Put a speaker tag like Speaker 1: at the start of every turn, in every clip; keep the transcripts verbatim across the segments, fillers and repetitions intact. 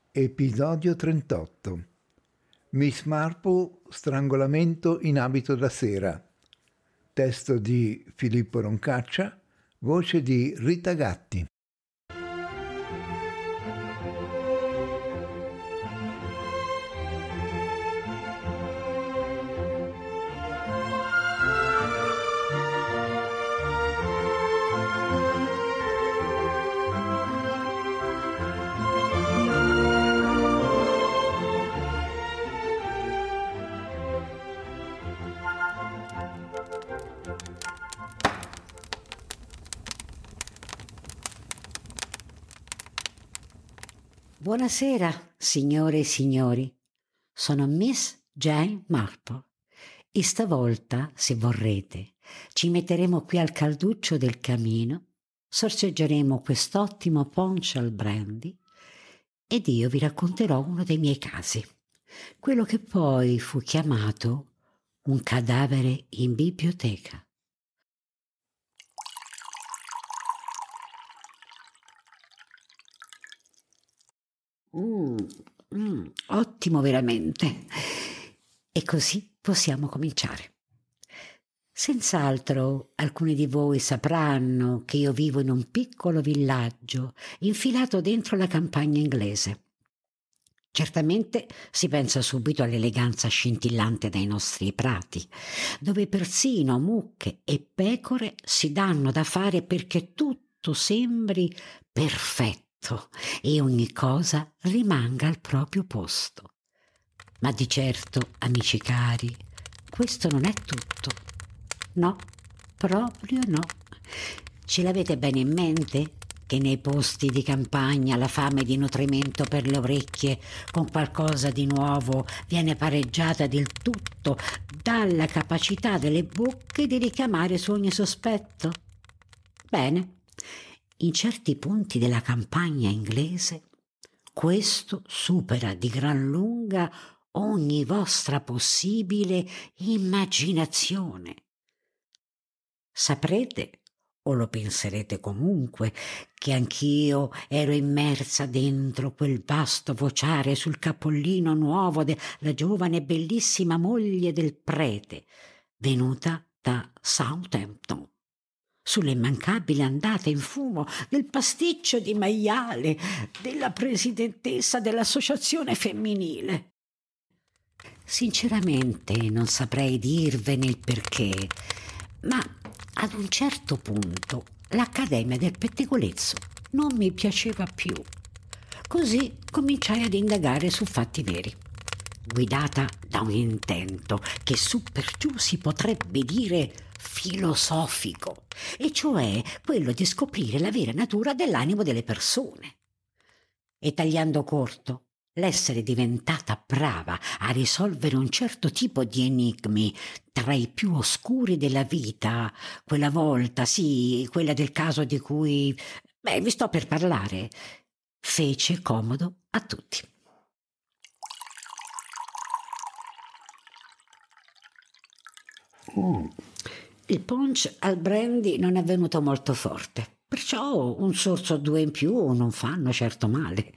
Speaker 1: Episodio trentotto. Miss Marple, strangolamento in abito da sera. Testo di Filippo Roncaccia, voce di Rita Gatti.
Speaker 2: Buonasera, signore e signori. Sono Miss Jane Marple e stavolta, se vorrete, ci metteremo qui al calduccio del camino, sorseggeremo quest'ottimo punch al brandy ed io vi racconterò uno dei miei casi, quello che poi fu chiamato un cadavere in biblioteca. Mm, mm, ottimo veramente. E così possiamo cominciare. Senz'altro alcuni di voi sapranno che io vivo in un piccolo villaggio infilato dentro la campagna inglese. Certamente si pensa subito all'eleganza scintillante dei nostri prati, dove persino mucche e pecore si danno da fare perché tutto sembri perfetto e ogni cosa rimanga al proprio posto. Ma di certo, amici cari, questo non è tutto. No, proprio no. Ce l'avete bene in mente che nei posti di campagna la fame di nutrimento per le orecchie con qualcosa di nuovo viene pareggiata del tutto dalla capacità delle bocche di richiamare su ogni sospetto? Bene, in certi punti della campagna inglese questo supera di gran lunga ogni vostra possibile immaginazione. Saprete, o lo penserete comunque, che anch'io ero immersa dentro quel vasto vociare sul cappellino nuovo della giovane e bellissima moglie del prete, venuta da Southampton, sulle immancabili andate in fumo del pasticcio di maiale della presidentessa dell'associazione femminile. Sinceramente non saprei dirvene il perché, ma ad un certo punto l'Accademia del Pettegolezzo non mi piaceva più. Così cominciai ad indagare su fatti veri, guidata da un intento che su per giù si potrebbe dire filosofico, e cioè quello di scoprire la vera natura dell'animo delle persone. E tagliando corto, l'essere diventata brava a risolvere un certo tipo di enigmi tra i più oscuri della vita, quella volta, sì, quella del caso di cui, beh, vi sto per parlare, fece comodo a tutti. Mm. Il punch al brandy non è venuto molto forte, perciò un sorso o due in più non fanno certo male.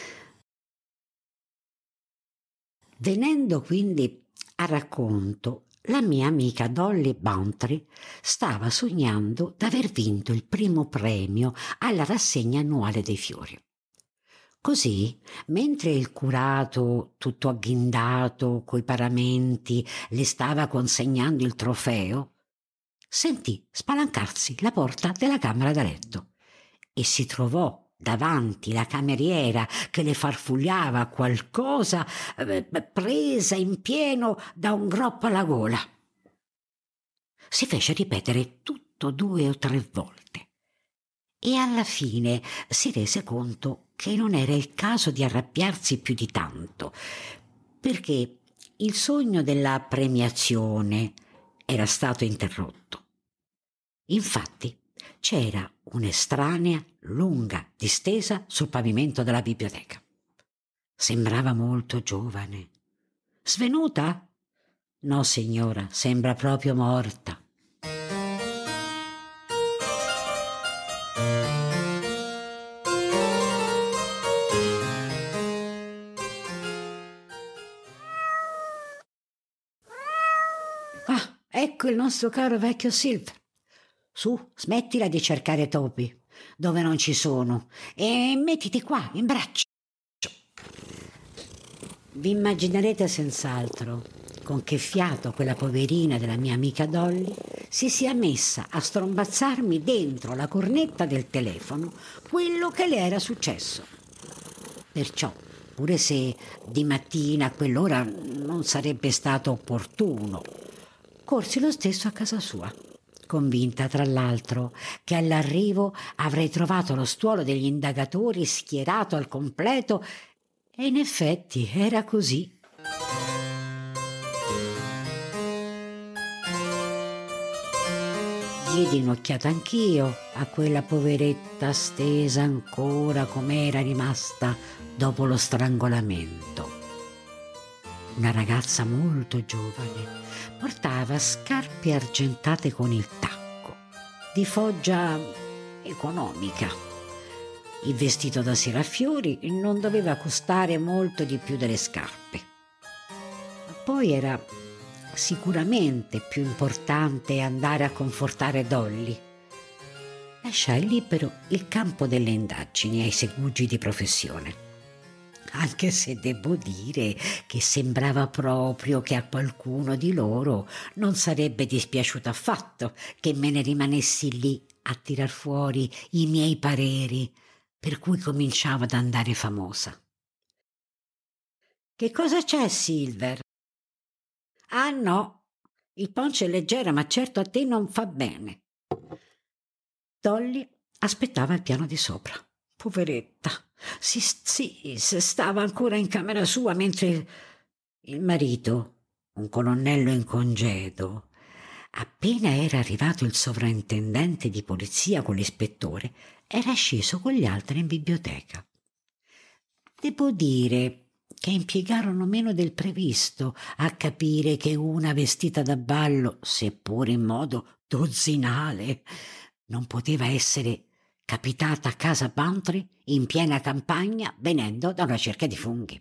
Speaker 2: Venendo quindi a racconto, la mia amica Dolly Bantry stava sognando d'aver vinto il primo premio alla rassegna annuale dei fiori. Così, mentre il curato, tutto agghindato coi paramenti, le stava consegnando il trofeo, sentì spalancarsi la porta della camera da letto e si trovò davanti la cameriera che le farfugliava qualcosa eh, presa in pieno da un groppo alla gola. Si fece ripetere tutto due o tre volte e alla fine si rese conto che non era il caso di arrabbiarsi più di tanto, perché il sogno della premiazione era stato interrotto. Infatti c'era un'estranea lunga distesa sul pavimento della biblioteca. Sembrava molto giovane. Svenuta? No, signora, sembra proprio morta. ecco il nostro caro vecchio Silver. Su, smettila di cercare topi dove non ci sono e mettiti qua in braccio. Vi immaginerete senz'altro con che fiato quella poverina della mia amica Dolly si sia messa a strombazzarmi dentro la cornetta del telefono quello che le era successo. Perciò, pure se di mattina a quell'ora non sarebbe stato opportuno, corsi lo stesso a casa sua, convinta tra l'altro che all'arrivo avrei trovato lo stuolo degli indagatori schierato al completo, e in effetti era così. Diedi un'occhiata anch'io a quella poveretta stesa ancora com'era rimasta dopo lo strangolamento. Una ragazza molto giovane, portava scarpe argentate con il tacco, di foggia economica. Il vestito da serafiori non doveva costare molto di più delle scarpe. Ma poi era sicuramente più importante andare a confortare Dolly. Lasciai libero il campo delle indagini ai segugi di professione, anche se devo dire che sembrava proprio che a qualcuno di loro non sarebbe dispiaciuto affatto che me ne rimanessi lì a tirar fuori i miei pareri, per cui cominciavo ad andare famosa. Che cosa c'è, Silver? Ah no, il poncio è leggero, ma certo a te non fa bene. Dolly aspettava al piano di sopra. Poveretta, si, si, stava ancora in camera sua mentre il marito, un colonnello in congedo, appena era arrivato il sovrintendente di polizia con l'ispettore, era sceso con gli altri in biblioteca. Devo dire che impiegarono meno del previsto a capire che una vestita da ballo, seppur in modo dozzinale, non poteva essere capitata a casa Bantry in piena campagna venendo da una cerca di funghi.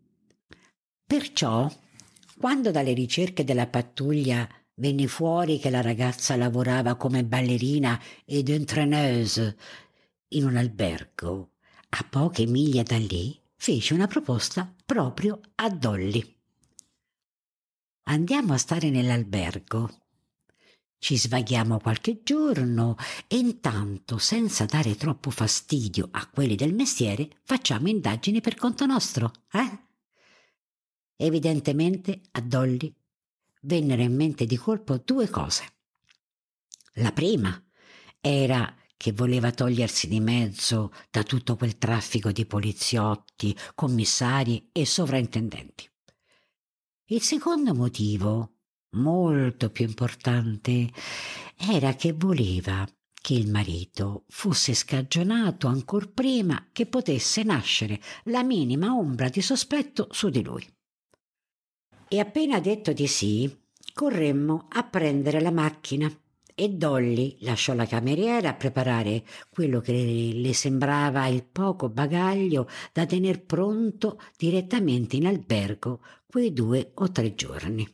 Speaker 2: Perciò, quando dalle ricerche della pattuglia venne fuori che la ragazza lavorava come ballerina ed entraîneuse in un albergo a poche miglia da lì, fece una proposta proprio a Dolly. Andiamo a stare nell'albergo, ci svaghiamo qualche giorno e intanto, senza dare troppo fastidio a quelli del mestiere, facciamo indagini per conto nostro, eh? Evidentemente a Dolly vennero in mente di colpo due cose. La prima era che voleva togliersi di mezzo da tutto quel traffico di poliziotti, commissari e sovrintendenti. Il secondo motivo, molto più importante, era che voleva che il marito fosse scagionato ancor prima che potesse nascere la minima ombra di sospetto su di lui. E appena detto di sì, corremmo a prendere la macchina e Dolly lasciò la cameriera a preparare quello che le sembrava il poco bagaglio da tener pronto direttamente in albergo quei due o tre giorni.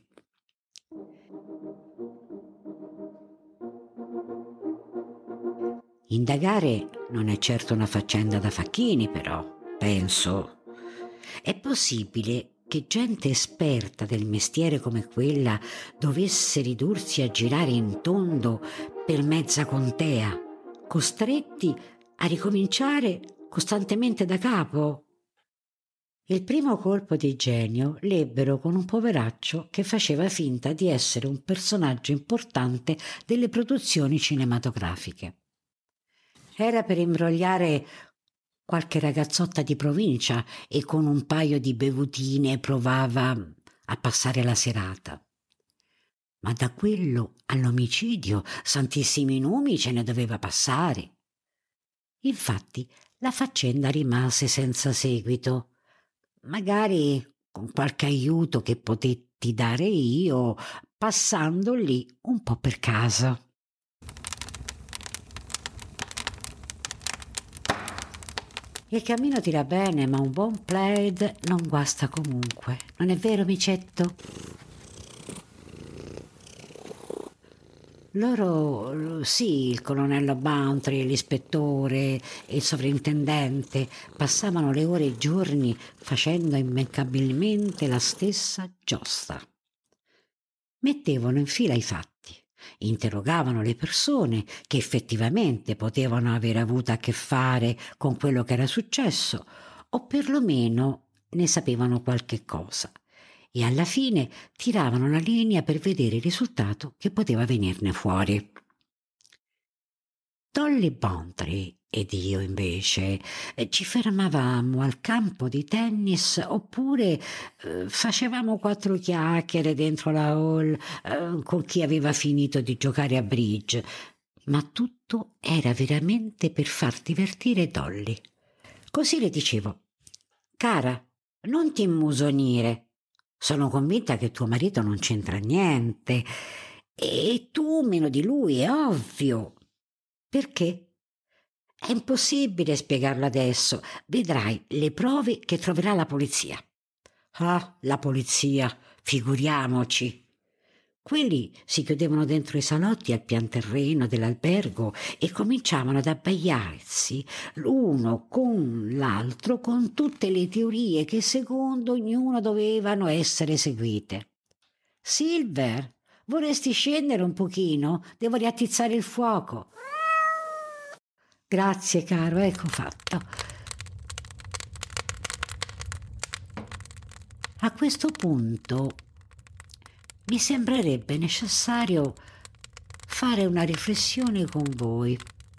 Speaker 2: Indagare non è certo una faccenda da facchini, però, penso. È possibile che gente esperta del mestiere come quella dovesse ridursi a girare in tondo per mezza contea, costretti a ricominciare costantemente da capo? Il primo colpo di genio l'ebbero con un poveraccio che faceva finta di essere un personaggio importante delle produzioni cinematografiche. Era per imbrogliare qualche ragazzotta di provincia e con un paio di bevutine provava a passare la serata. Ma da quello all'omicidio santissimi numi ce ne doveva passare. Infatti la faccenda rimase senza seguito, magari con qualche aiuto che potetti dare io, passando lì un po' per casa. Il cammino tira bene, ma un buon plaid non guasta comunque. Non è vero, micetto? Loro, sì, il colonnello Bountry, l'ispettore e il sovrintendente passavano le ore e i giorni facendo immancabilmente la stessa giostra. Mettevano in fila i fatti, interrogavano le persone che effettivamente potevano aver avuto a che fare con quello che era successo, o perlomeno ne sapevano qualche cosa, e alla fine tiravano la linea per vedere il risultato che poteva venirne fuori. Dolly Bountry ed io invece eh, ci fermavamo al campo di tennis oppure eh, facevamo quattro chiacchiere dentro la hall eh, con chi aveva finito di giocare a bridge, ma tutto era veramente per far divertire Dolly. Così le dicevo: cara, non ti immusonire. Sono convinta che tuo marito non c'entra niente. E tu meno di lui, è ovvio. Perché? È impossibile spiegarlo adesso. Vedrai le prove che troverà la polizia. Ah, la polizia, figuriamoci. Quelli si chiudevano dentro i salotti al pian terreno dell'albergo e cominciavano ad abbaiarsi l'uno con l'altro con tutte le teorie che secondo ognuno dovevano essere seguite. Silver, vorresti scendere un pochino? Devo riattizzare il fuoco. Grazie, caro, ecco fatto. A questo punto mi sembrerebbe necessario fare una riflessione con voi.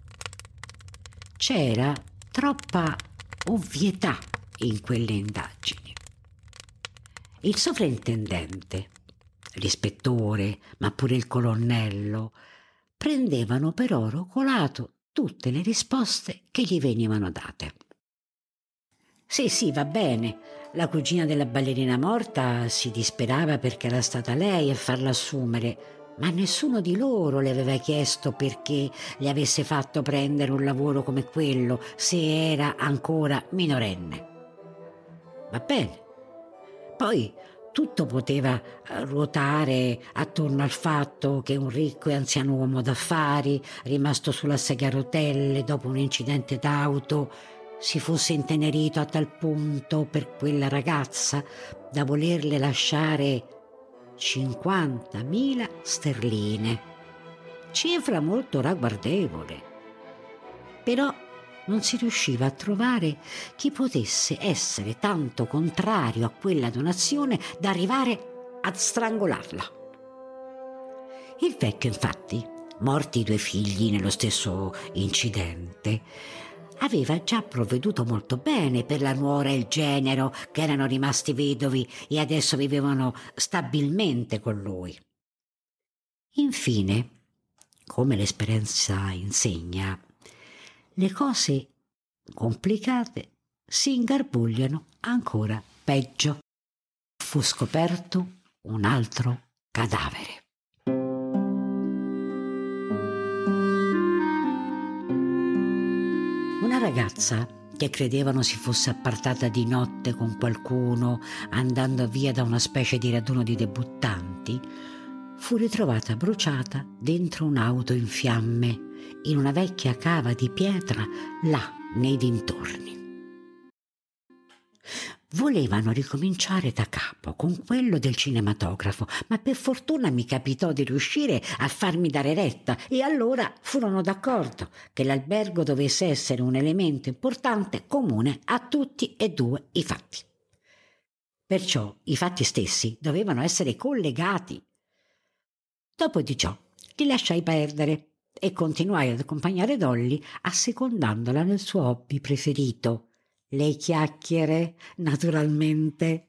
Speaker 2: C'era troppa ovvietà in quelle indagini. Il sovrintendente, l'ispettore, ma pure il colonnello, prendevano per oro colato tutte le risposte che gli venivano date. Sì, sì, va bene. La cugina della ballerina morta si disperava perché era stata lei a farla assumere, ma nessuno di loro le aveva chiesto perché le avesse fatto prendere un lavoro come quello se era ancora minorenne. Va bene. Poi tutto poteva ruotare attorno al fatto che un ricco e anziano uomo d'affari, rimasto sulla sedia a rotelle dopo un incidente d'auto, si fosse intenerito a tal punto per quella ragazza da volerle lasciare cinquantamila sterline, cifra molto ragguardevole. Però non si riusciva a trovare chi potesse essere tanto contrario a quella donazione da arrivare a strangolarla. Il vecchio, infatti, morti i due figli nello stesso incidente, aveva già provveduto molto bene per la nuora e il genero che erano rimasti vedovi e adesso vivevano stabilmente con lui. Infine, come l'esperienza insegna, le cose complicate si ingarbugliano ancora peggio. Fu scoperto un altro cadavere. Una ragazza che credevano si fosse appartata di notte con qualcuno andando via da una specie di raduno di debuttanti fu ritrovata bruciata dentro un'auto in fiamme in una vecchia cava di pietra là nei dintorni. Volevano ricominciare da capo con quello del cinematografo, ma per fortuna mi capitò di riuscire a farmi dare retta e allora furono d'accordo che l'albergo dovesse essere un elemento importante comune a tutti e due i fatti. Perciò i fatti stessi dovevano essere collegati. Dopo di ciò li lasciai perdere e continuai ad accompagnare Dolly assecondandola nel suo hobby preferito, le chiacchiere, naturalmente.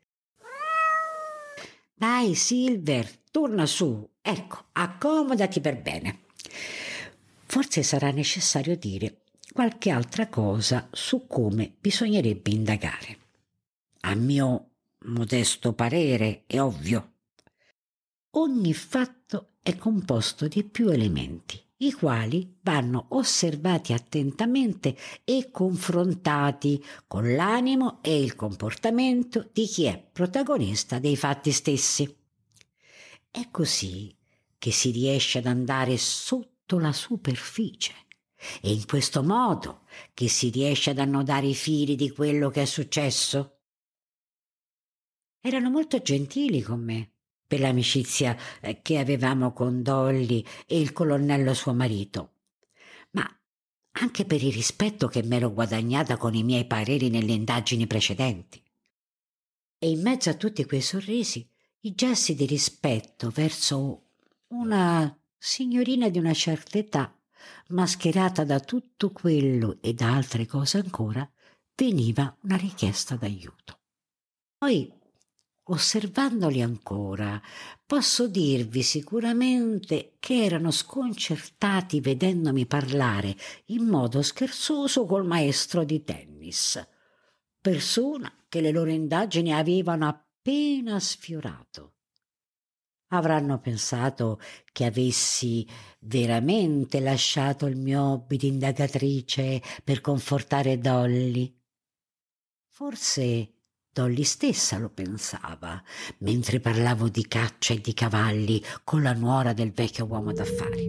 Speaker 2: Dai, Silver, torna su. Ecco, accomodati per bene. Forse sarà necessario dire qualche altra cosa su come bisognerebbe indagare. A mio modesto parere, è ovvio. Ogni fatto è composto di più elementi, i quali vanno osservati attentamente e confrontati con l'animo e il comportamento di chi è protagonista dei fatti stessi. È così che si riesce ad andare sotto la superficie. È in questo modo che si riesce ad annodare i fili di quello che è successo. Erano molto gentili con me per l'amicizia che avevamo con Dolly e il colonnello suo marito, ma anche per il rispetto che m'ero guadagnata con i miei pareri nelle indagini precedenti. E in mezzo a tutti quei sorrisi, i gesti di rispetto verso una signorina di una certa età, mascherata da tutto quello e da altre cose ancora, veniva una richiesta d'aiuto. Poi, osservandoli ancora, posso dirvi sicuramente che erano sconcertati vedendomi parlare in modo scherzoso col maestro di tennis, persona che le loro indagini avevano appena sfiorato. Avranno pensato che avessi veramente lasciato il mio hobby di indagatrice per confortare Dolly. Forse Dolly stessa lo pensava, mentre parlavo di caccia e di cavalli con la nuora del vecchio uomo d'affari.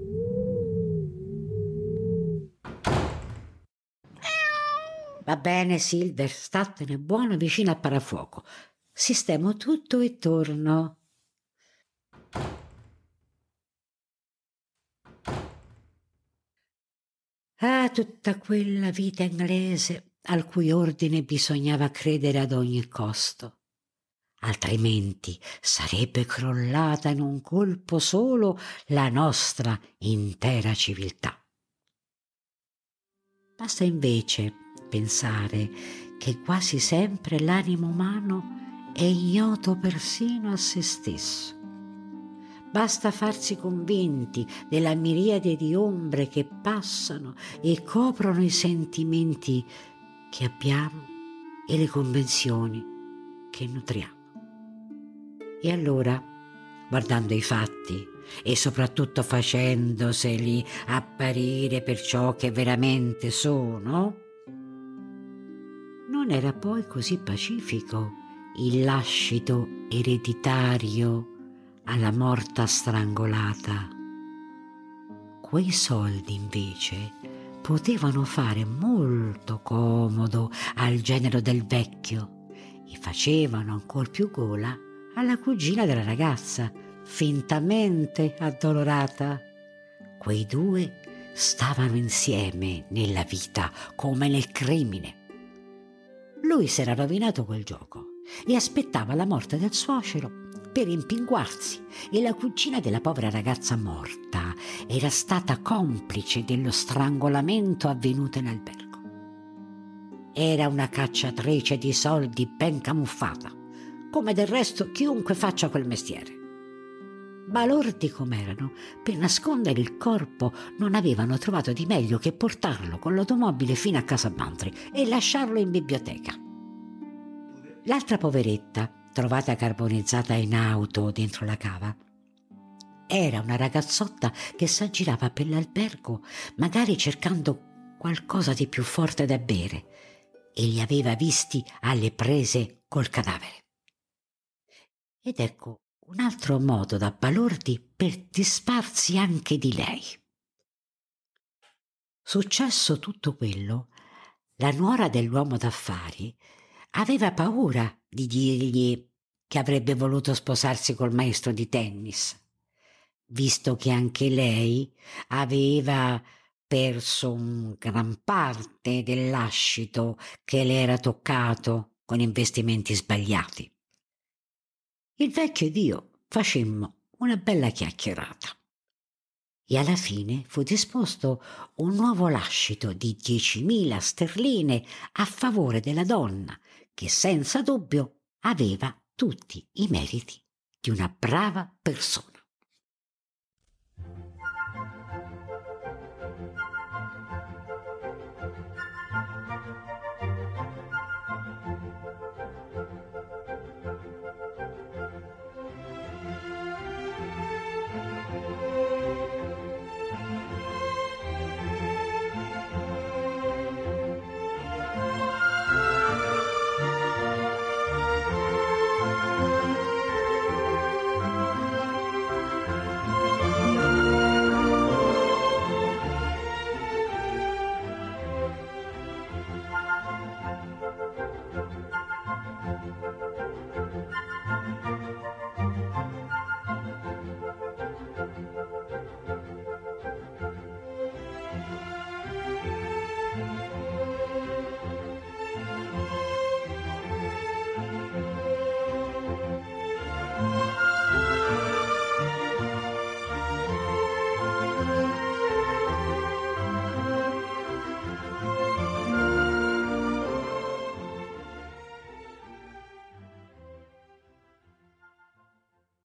Speaker 2: Va bene, Silver, statene buono vicino al parafuoco. Sistemo tutto e torno. Ah, tutta quella vita inglese al cui ordine bisognava credere ad ogni costo. Altrimenti sarebbe crollata in un colpo solo la nostra intera civiltà. Basta invece pensare che quasi sempre l'animo umano è ignoto persino a se stesso. Basta farsi convinti della miriade di ombre che passano e coprono i sentimenti che abbiamo e le convenzioni che nutriamo. E allora, guardando i fatti e soprattutto facendoseli apparire per ciò che veramente sono, non era poi così pacifico il lascito ereditario alla morta strangolata. Quei soldi invece potevano fare molto comodo al genero del vecchio e facevano ancor più gola alla cugina della ragazza, fintamente addolorata. Quei due stavano insieme nella vita come nel crimine. Lui s'era rovinato quel gioco e aspettava la morte del suocero per rimpinguarsi, e la cugina della povera ragazza morta era stata complice dello strangolamento avvenuto in albergo. Era una cacciatrice di soldi ben camuffata, come del resto chiunque faccia quel mestiere. Balordi com'erano, per nascondere il corpo non avevano trovato di meglio che portarlo con l'automobile fino a casa Bantry e lasciarlo in biblioteca. L'altra poveretta, trovata carbonizzata in auto dentro la cava, era una ragazzotta che s'aggirava per l'albergo, magari cercando qualcosa di più forte da bere, e li aveva visti alle prese col cadavere. Ed ecco un altro modo da balordi per disfarsi anche di lei. Successo tutto quello, la nuora dell'uomo d'affari aveva paura di dirgli che avrebbe voluto sposarsi col maestro di tennis, visto che anche lei aveva perso un gran parte del lascito che le era toccato con investimenti sbagliati. Il vecchio ed io facemmo una bella chiacchierata e alla fine fu disposto un nuovo lascito di diecimila sterline a favore della donna, che senza dubbio aveva tutti i meriti di una brava persona.